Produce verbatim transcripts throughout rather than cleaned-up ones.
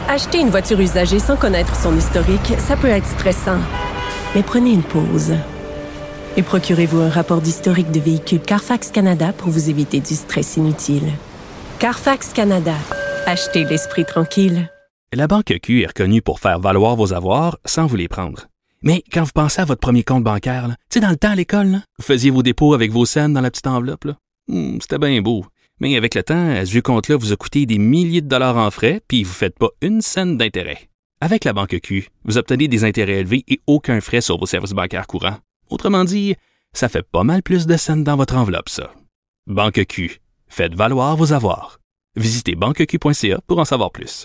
Acheter une voiture usagée sans connaître son historique, ça peut être stressant. Mais prenez une pause. Et procurez-vous un rapport d'historique de véhicule Carfax Canada pour vous éviter du stress inutile. Carfax Canada. Achetez l'esprit tranquille. La Banque Q est reconnue pour faire valoir vos avoirs sans vous les prendre. Mais quand vous pensez à votre premier compte bancaire, tu sais, dans le temps à l'école, là, vous faisiez vos dépôts avec vos scènes dans la petite enveloppe. Là. Hmm, c'était bien beau. Mais avec le temps, ce vieux compte-là vous a coûté des milliers de dollars en frais, puis vous ne faites pas une scène d'intérêt. Avec la Banque Q, vous obtenez des intérêts élevés et aucun frais sur vos services bancaires courants. Autrement dit, ça fait pas mal plus de scènes dans votre enveloppe, ça. Banque Q. Faites valoir vos avoirs. Visitez banque q point c a pour en savoir plus.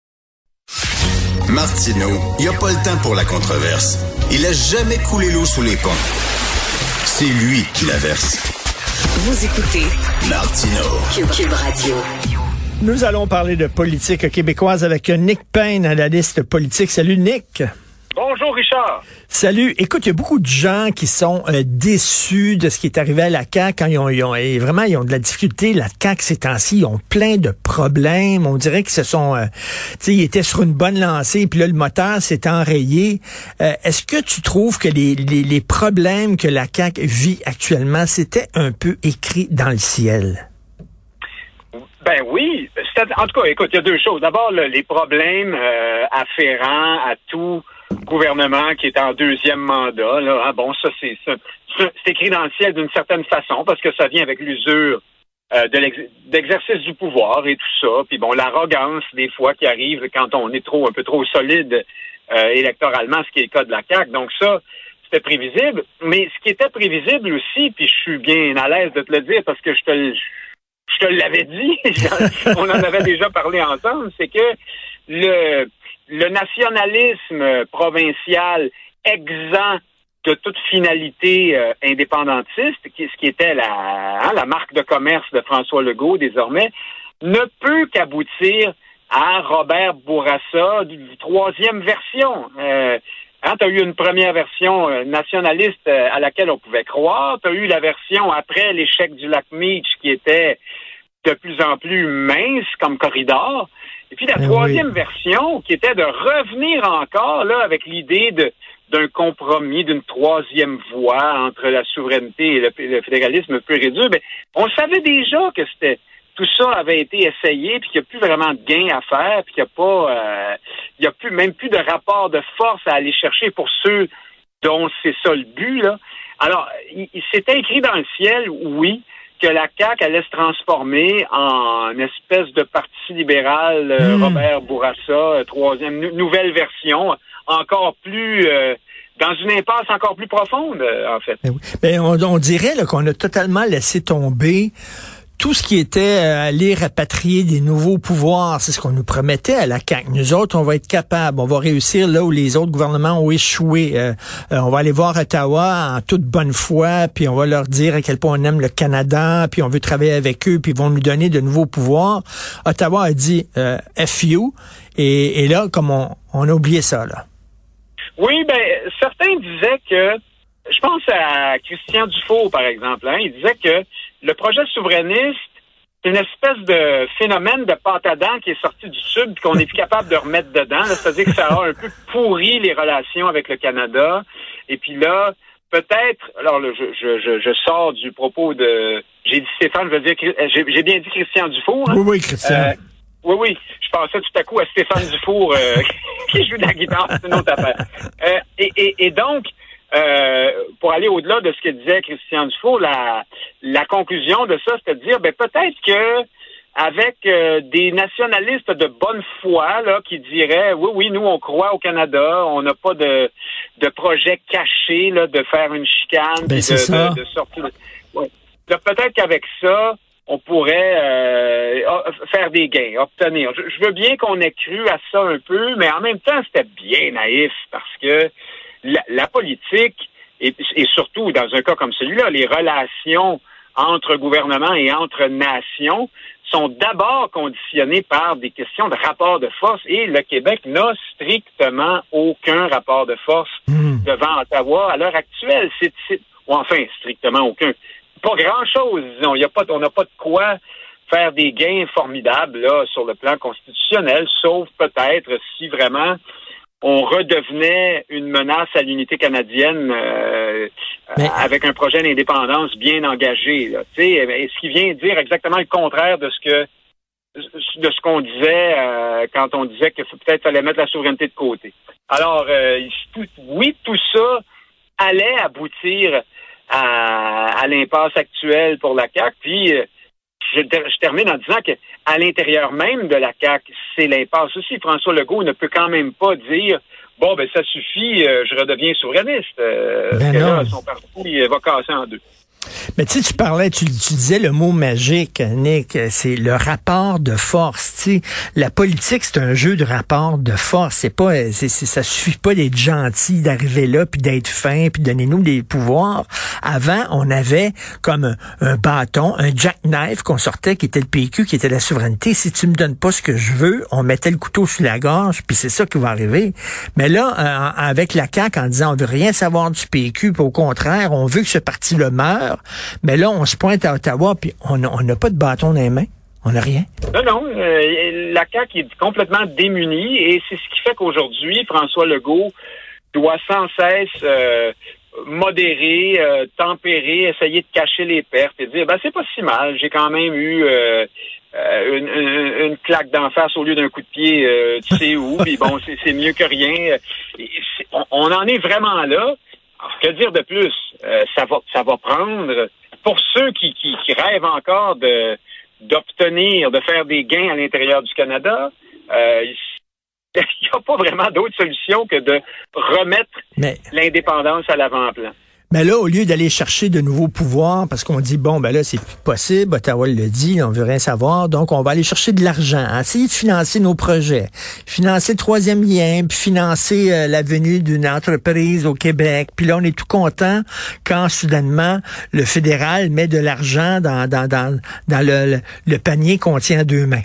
Martineau, il n'y a pas le temps pour la controverse. Il a jamais coulé l'eau sous les ponts. C'est lui qui la verse. Vous écoutez Martineau. Cube Radio. Nous allons parler de politique québécoise avec Nick Payne, analyste politique. Salut Nick. Bonjour Richard. Salut. Écoute, il y a beaucoup de gens qui sont euh, déçus de ce qui est arrivé à la C A Q quand ils ont, ils ont et vraiment ils ont de la difficulté. La C A Q ces temps-ci, ils ont plein de problèmes. On dirait qu'ils se sont, euh, tu sais, ils étaient sur une bonne lancée, puis là le moteur s'est enrayé. Euh, est-ce que tu trouves que les, les, les problèmes que la C A Q vit actuellement, c'était un peu écrit dans le ciel? Ben oui. En tout cas, écoute, il y a deux choses. D'abord, le, les problèmes euh, afférents à tout gouvernement qui est en deuxième mandat. Là. Ah bon, ça, c'est, ça, c'est écrit dans le ciel d'une certaine façon parce que ça vient avec l'usure euh, de l'ex- d'exercice du pouvoir et tout ça. Puis bon, l'arrogance des fois qui arrive quand on est trop un peu trop solide euh, électoralement, ce qui est le cas de la C A Q. Donc ça, c'était prévisible. Mais ce qui était prévisible aussi, puis je suis bien à l'aise de te le dire parce que je te le Je te l'avais dit, on en avait déjà parlé ensemble, c'est que le, le nationalisme provincial exempt de toute finalité euh, indépendantiste, qui, ce qui était la, hein, la marque de commerce de François Legault désormais, ne peut qu'aboutir à Robert Bourassa, du troisième version. Euh, Hein, tu as eu une première version euh, nationaliste euh, à laquelle on pouvait croire. Tu as eu la version après l'échec du lac Meach qui était de plus en plus mince comme corridor. Et puis la eh troisième oui. version qui était de revenir encore là avec l'idée de d'un compromis, d'une troisième voie entre la souveraineté et le, le fédéralisme pur et dur. Mais on savait déjà que c'était tout ça avait été essayé, puis qu'il n'y a plus vraiment de gain à faire, puis qu'il n'y a pas, euh, il y a plus, même plus de rapport de force à aller chercher pour ceux dont c'est ça le but, là. Alors, il, il s'était écrit dans le ciel, oui, que la C A Q allait se transformer en une espèce de parti libéral, euh, mmh. Robert Bourassa, euh, troisième, nou- nouvelle version, encore plus, euh, dans une impasse encore plus profonde, euh, en fait. Mais oui. Mais on, on dirait là, qu'on a totalement laissé tomber tout ce qui était euh, aller rapatrier des nouveaux pouvoirs. C'est ce qu'on nous promettait à la C A Q. Nous autres, on va être capables, on va réussir là où les autres gouvernements ont échoué. Euh, euh, on va aller voir Ottawa en toute bonne foi, puis on va leur dire à quel point on aime le Canada, puis on veut travailler avec eux, puis ils vont nous donner de nouveaux pouvoirs. Ottawa a dit euh, F you, et, et là, comme on, on a oublié ça, là. Oui, ben certains disaient que, je pense à Christian Dufault, par exemple, hein, il disait que le projet souverainiste, c'est une espèce de phénomène de pâte à dents qui est sorti du sud et qu'on n'est plus capable de remettre dedans. Là, c'est-à-dire que ça a un peu pourri les relations avec le Canada. Et puis là, peut-être, alors là, je, je, je, je sors du propos de, j'ai dit Stéphane, je veux dire, j'ai, j'ai bien dit Christian Dufour. Hein? Oui, oui, Christian. Euh, oui, oui, je pensais tout à coup à Stéphane Dufour euh, qui joue de la guitare, c'est une autre affaire. Euh, et, et, et donc, Euh, pour aller au-delà de ce que disait Christian Dufault, la, la conclusion de ça, c'est de dire, ben peut-être que avec euh, des nationalistes de bonne foi là qui diraient, oui, oui, nous on croit au Canada, on n'a pas de de projet caché là de faire une chicane, ben, de, de, de sortir. De... Ouais. Là, peut-être qu'avec ça, on pourrait euh, faire des gains, obtenir. Je, je veux bien qu'on ait cru à ça un peu, mais en même temps, c'était bien naïf parce que La, la politique, et, et surtout dans un cas comme celui-là, les relations entre gouvernements et entre nations sont d'abord conditionnées par des questions de rapport de force et le Québec n'a strictement aucun rapport de force mmh. devant Ottawa à l'heure actuelle. C'est, c'est, ou enfin, strictement aucun. Pas grand-chose, disons. Il y a pas, on n'a pas de quoi faire des gains formidables là sur le plan constitutionnel, sauf peut-être si vraiment on redevenait une menace à l'unité canadienne euh, Mais... avec un projet d'indépendance bien engagé. Là. Tu sais, ce qui vient dire exactement le contraire de ce que de ce qu'on disait euh, quand on disait que peut-être fallait mettre la souveraineté de côté. Alors, euh, tout, oui, tout ça allait aboutir à, à l'impasse actuelle pour la C A Q. Puis, euh, je, je termine en disant que à l'intérieur même de la C A Q, c'est l'impasse aussi. François Legault ne peut quand même pas dire bon, ben ça suffit, euh, je redeviens souverainiste. Euh, ben que là, son parti va casser en deux. Mais tu sais, tu parlais, tu, tu disais le mot magique, Nick, c'est le rapport de force. Tu sais, la politique, c'est un jeu de rapport de force. C'est pas, c'est, c'est, ça suffit pas d'être gentil, d'arriver là, puis d'être fin, puis donner-nous des pouvoirs. Avant, on avait comme un, un bâton, un jackknife qu'on sortait, qui était le P Q, qui était la souveraineté. Si tu me donnes pas ce que je veux, on mettait le couteau sous la gorge, puis c'est ça qui va arriver. Mais là, euh, avec la C A Q, en disant on veut rien savoir du P Q, puis au contraire, on veut que ce parti-là meure. Mais là, on se pointe à Ottawa, puis on n'a pas de bâton dans les mains. On n'a rien. Non, non. Euh, la C A Q est complètement démunie et c'est ce qui fait qu'aujourd'hui, François Legault doit sans cesse euh, modérer, euh, tempérer, essayer de cacher les pertes et dire, ben c'est pas si mal. J'ai quand même eu euh, euh, une, une, une claque d'en face au lieu d'un coup de pied, euh, tu sais où. Puis bon, c'est, c'est mieux que rien. On, on en est vraiment là. Alors, que dire de plus? Euh, ça va, ça va prendre, pour ceux qui, qui, qui rêvent encore de d'obtenir, de faire des gains à l'intérieur du Canada, euh, il n'y a pas vraiment d'autre solution que de remettre Mais... l'indépendance à l'avant-plan. Mais là, au lieu d'aller chercher de nouveaux pouvoirs, parce qu'on dit, bon, ben là, c'est plus possible, Ottawa le dit, on veut rien savoir, donc on va aller chercher de l'argent, essayer de financer nos projets, financer le troisième lien, puis financer euh, la venue d'une entreprise au Québec. Puis là, on est tout content quand, soudainement, le fédéral met de l'argent dans, dans, dans, dans le, le, le panier qu'on tient à deux mains.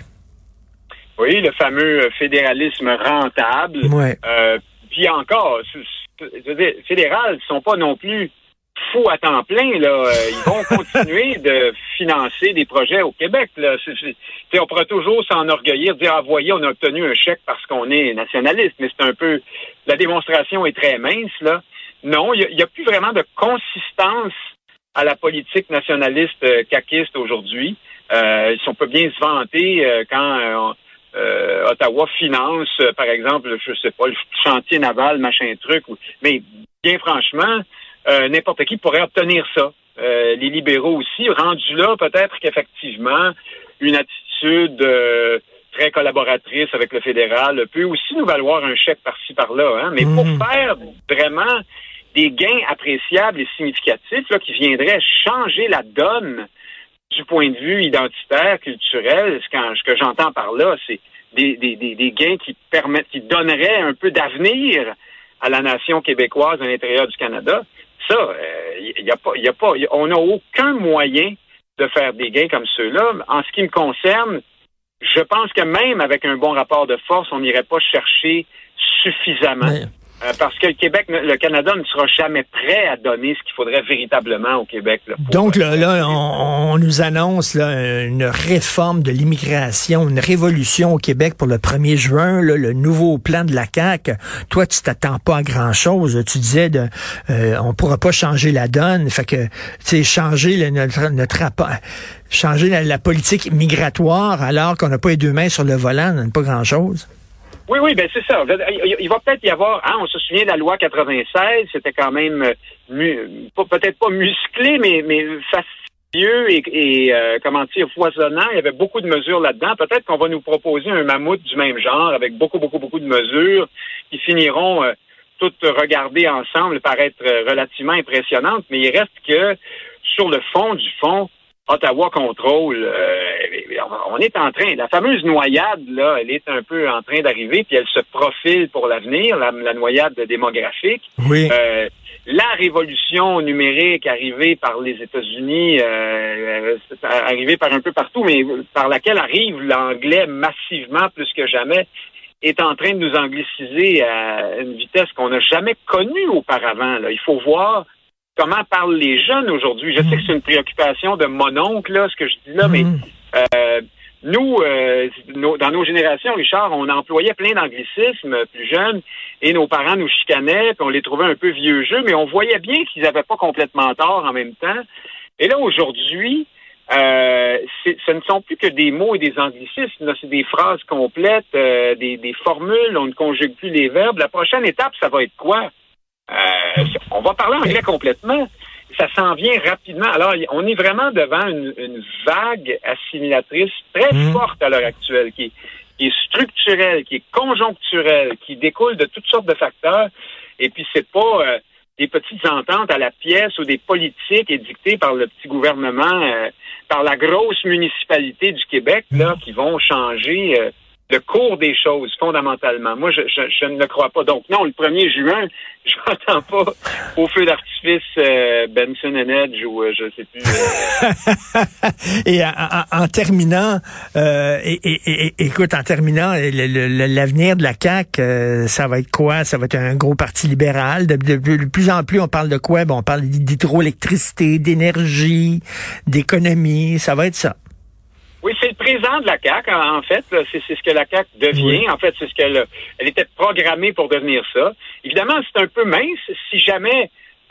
Oui, le fameux fédéralisme rentable. Ouais. Euh, puis encore, c'est, je veux dire, fédérales ne sont pas non plus fous à temps plein, là. Ils vont continuer de financer des projets au Québec, là. C'est, c'est, on pourra toujours s'enorgueillir, dire, ah, voyez, on a obtenu un chèque parce qu'on est nationaliste, mais c'est un peu, la démonstration est très mince, là. Non, il n'y a, a plus vraiment de consistance à la politique nationaliste euh, caquiste aujourd'hui. Euh, on peut bien se vanter euh, quand euh, Euh, Ottawa finance, euh, par exemple, je sais pas, le chantier naval, machin truc. Ou, mais bien franchement, euh, n'importe qui pourrait obtenir ça. Euh, les libéraux aussi, rendus là, peut-être qu'effectivement, une attitude euh, très collaboratrice avec le fédéral peut aussi nous valoir un chèque par-ci, par-là. Hein? Mais mmh. pour faire vraiment des gains appréciables et significatifs là, qui viendraient changer la donne du point de vue identitaire, culturel, ce, quand, ce que j'entends par là, c'est des, des, des, des gains qui permettent, qui donneraient un peu d'avenir à la nation québécoise à l'intérieur du Canada. Ça, il euh, y a pas, y a pas, y a, on n'a aucun moyen de faire des gains comme ceux-là. En ce qui me concerne, je pense que même avec un bon rapport de force, on n'irait pas chercher suffisamment. Mais... Euh, parce que le Québec, le Canada ne sera jamais prêt à donner ce qu'il faudrait véritablement au Québec. Là, pour, Donc là, euh, là on, on nous annonce là, une réforme de l'immigration, une révolution au Québec pour le premier juin, là, le nouveau plan de la C A Q. Toi, tu t'attends pas à grand-chose. Tu disais, de, euh, on pourra pas changer la donne. Fait que, tu sais, changer le, notre, notre rapport, changer la, la politique migratoire alors qu'on n'a pas les deux mains sur le volant, n'a pas grand-chose. Oui, oui, ben c'est ça. Il va peut-être y avoir, hein, on se souvient de la loi quatre-vingt-seize, c'était quand même mu, peut-être pas musclé, mais mais fastidieux et, et euh, comment dire, foisonnant. Il y avait beaucoup de mesures là-dedans. Peut-être qu'on va nous proposer un mammouth du même genre avec beaucoup, beaucoup, beaucoup de mesures qui finiront euh, toutes regardées ensemble, paraître relativement impressionnantes. Mais il reste que sur le fond du fond, Ottawa contrôle. Euh, on est en train, la fameuse noyade, là, elle est un peu en train d'arriver, puis elle se profile pour l'avenir, la, la noyade démographique. Oui. Euh, la révolution numérique arrivée par les États-Unis, euh, arrivée par un peu partout, mais par laquelle arrive l'anglais massivement plus que jamais, est en train de nous angliciser à une vitesse qu'on n'a jamais connue auparavant. Là. Il faut voir comment parlent les jeunes aujourd'hui. Je sais que c'est une préoccupation de mon oncle, là, ce que je dis là, mmh. mais Euh, nous, euh, nos, dans nos générations, Richard, on employait plein d'anglicismes plus jeunes et nos parents nous chicanaient, puis on les trouvait un peu vieux jeu, mais on voyait bien qu'ils n'avaient pas complètement tort en même temps. Et là, aujourd'hui, euh, c'est, ce ne sont plus que des mots et des anglicismes, là, c'est des phrases complètes, euh, des, des formules, on ne conjugue plus les verbes. La prochaine étape, ça va être quoi? Euh, on va parler anglais complètement. Ça s'en vient rapidement. Alors, on est vraiment devant une, une vague assimilatrice très mmh. forte à l'heure actuelle, qui est, qui est structurelle, qui est conjoncturelle, qui découle de toutes sortes de facteurs. Et puis, c'est pas euh, des petites ententes à la pièce ou des politiques édictées par le petit gouvernement, euh, par la grosse municipalité du Québec, là, qui vont changer euh, le cours des choses, fondamentalement. Moi, je, je, je ne le crois pas. Donc, non, le premier juin, je n'entends pas au feu d'artifice euh, Benson and Edge ou euh, je ne sais plus. Euh... et en, en, en terminant, euh, et, et, et, écoute, en terminant, le, le, l'avenir de la C A Q, euh, ça va être quoi? Ça va être un gros parti libéral. De, de, de, de plus en plus, on parle de quoi? Bon, on parle d'hydroélectricité, d'énergie, d'économie. Ça va être ça. Oui, c'est le présent de la C A Q, en fait. C'est, c'est ce que la C A Q devient. Oui. En fait, c'est ce qu'elle elle était programmée pour devenir ça. Évidemment, c'est un peu mince. Si jamais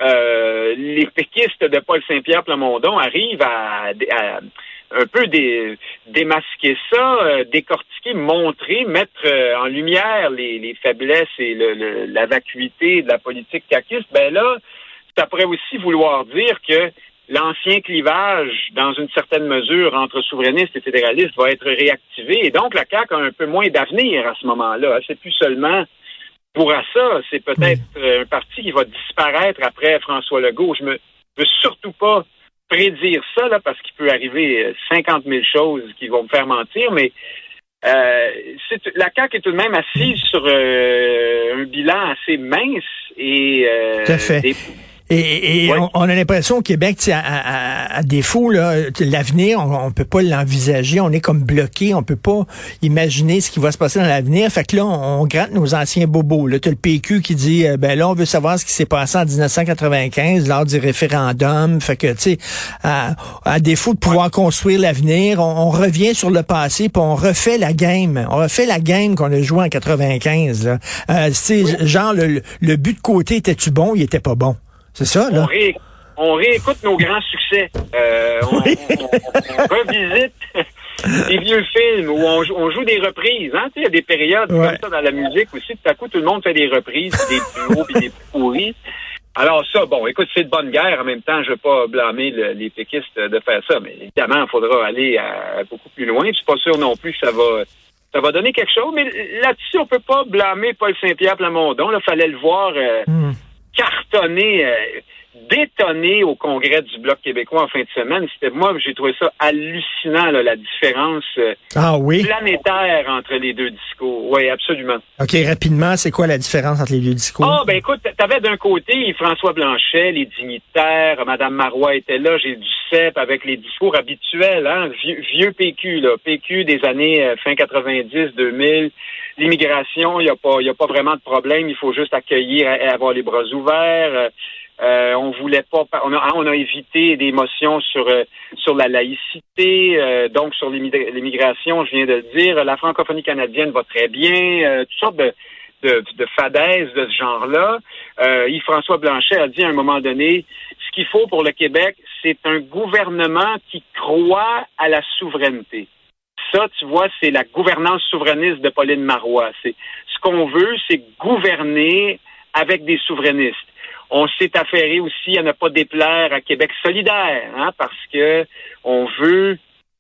euh, les péquistes de Paul Saint-Pierre Plamondon arrivent à, à un peu dé, démasquer ça, euh, décortiquer, montrer, mettre euh, en lumière les, les faiblesses et le, le, la vacuité de la politique caquiste, ben là, ça pourrait aussi vouloir dire que l'ancien clivage, dans une certaine mesure, entre souverainistes et fédéralistes, va être réactivé. Et donc, la C A Q a un peu moins d'avenir à ce moment-là. C'est plus seulement pour ça. C'est peut-être un parti qui va disparaître après François Legault. Je ne veux surtout pas prédire ça, là, parce qu'il peut arriver cinquante mille choses qui vont me faire mentir, mais euh, c'est, la C A Q est tout de même assise sur euh, un bilan assez mince et euh, tout à fait. Des, Et, et ouais. on, on a l'impression au Québec, à, à, à défaut, là, l'avenir, on, on peut pas l'envisager. On est comme bloqué. On peut pas imaginer ce qui va se passer dans l'avenir. Fait que là, on, on gratte nos anciens bobos. Là, t'as le P Q qui dit, euh, ben là, on veut savoir ce qui s'est passé en dix-neuf cent quatre-vingt-quinze lors du référendum. Fait que, tu sais, à, à défaut de pouvoir ouais. construire l'avenir, on, on revient sur le passé puis on refait la game. On refait la game qu'on a jouée en quatre-vingt-quinze. Là. Euh, tu sais, oui. genre, le, le but de côté, était-tu bon? Il était pas bon. C'est ça, là? On, ré, on réécoute nos grands succès. Euh, on, oui. on, on, on revisite des vieux films où on, on joue des reprises. Hein? Tu sais, il y a des périodes ouais. comme ça dans la musique aussi. Tout à coup, tout le monde fait des reprises, des duos et des pourris. Alors ça, bon, écoute, c'est de bonne guerre. En même temps, je ne veux pas blâmer le, les péquistes de faire ça. Mais évidemment, il faudra aller à, beaucoup plus loin. Je suis pas sûr non plus que ça va... Ça va donner quelque chose. Mais là-dessus, on peut pas blâmer Paul Saint-Pierre Plamondon. Là, fallait le voir... Euh, mm. cartonné, euh, détonné au congrès du Bloc québécois en fin de semaine. C'était moi, j'ai trouvé ça hallucinant, là, la différence euh, ah, oui? planétaire entre les deux discours. Oui, absolument. OK, rapidement, c'est quoi la différence entre les deux discours? Ah, ben écoute, t'avais d'un côté François Blanchet, les dignitaires, Mme Marois était là, j'ai du C E P avec les discours habituels, hein, vieux, vieux P Q, là, P Q des années euh, fin quatre-vingt-dix, deux mille. L'immigration, il n'y a pas, il y a pas vraiment de problème. Il faut juste accueillir et avoir les bras ouverts. Euh, on voulait pas, on a, on a évité des motions sur euh, sur la laïcité, euh, donc sur l'immigration. Je viens de le dire. La francophonie canadienne va très bien. Euh, toutes sortes de de, de fadaises de ce genre-là. Euh, Yves-François Blanchet a dit à un moment donné, ce qu'il faut pour le Québec, c'est un gouvernement qui croit à la souveraineté. Ça, tu vois, c'est la gouvernance souverainiste de Pauline Marois. C'est ce qu'on veut, c'est gouverner avec des souverainistes. On s'est affairé aussi à ne pas déplaire à Québec solidaire, hein, parce que on veut,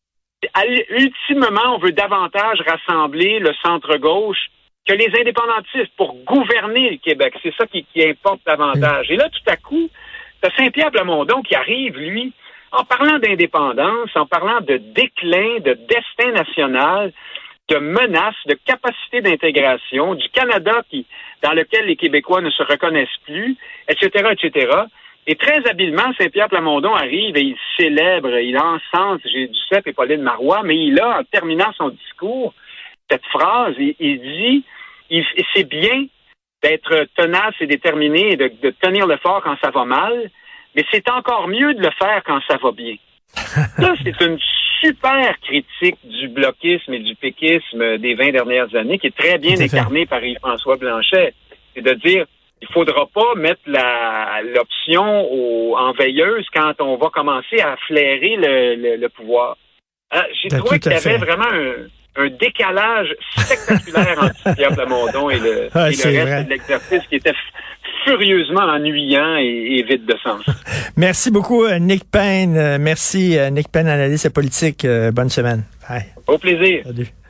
ultimement, on veut davantage rassembler le centre-gauche que les indépendantistes pour gouverner le Québec. C'est ça qui, qui importe davantage. Et là, tout à coup, t'as Saint-Pierre Plamondon qui arrive, lui, en parlant d'indépendance, en parlant de déclin, de destin national, de menaces, de capacité d'intégration, du Canada qui, dans lequel les Québécois ne se reconnaissent plus, et cetera, et cetera. Et très habilement, Saint-Pierre Plamondon arrive et il célèbre, il encense J'ai du C E P et Pauline Marois, mais il a, en terminant son discours, cette phrase, il, il dit, il, c'est bien d'être tenace et déterminé et de, de tenir le fort quand ça va mal, mais c'est encore mieux de le faire quand ça va bien. Ça, c'est une super critique du bloquisme et du péquisme des vingt dernières années, qui est très bien incarné par Yves-François Blanchet. C'est de dire, il faudra pas mettre la, l'option au, en veilleuse quand on va commencer à flairer le, le, le pouvoir. Alors, j'ai T'as trouvé qu'il y avait fait. vraiment un, un décalage spectaculaire entre Pierre Plamondon et le, ah, et le reste vrai. de l'exercice qui était furieusement ennuyant et, et vide de sens. Merci beaucoup, Nick Payne. Merci, Nick Payne, analyste politique. Bonne semaine. Bye. Au plaisir. Salut.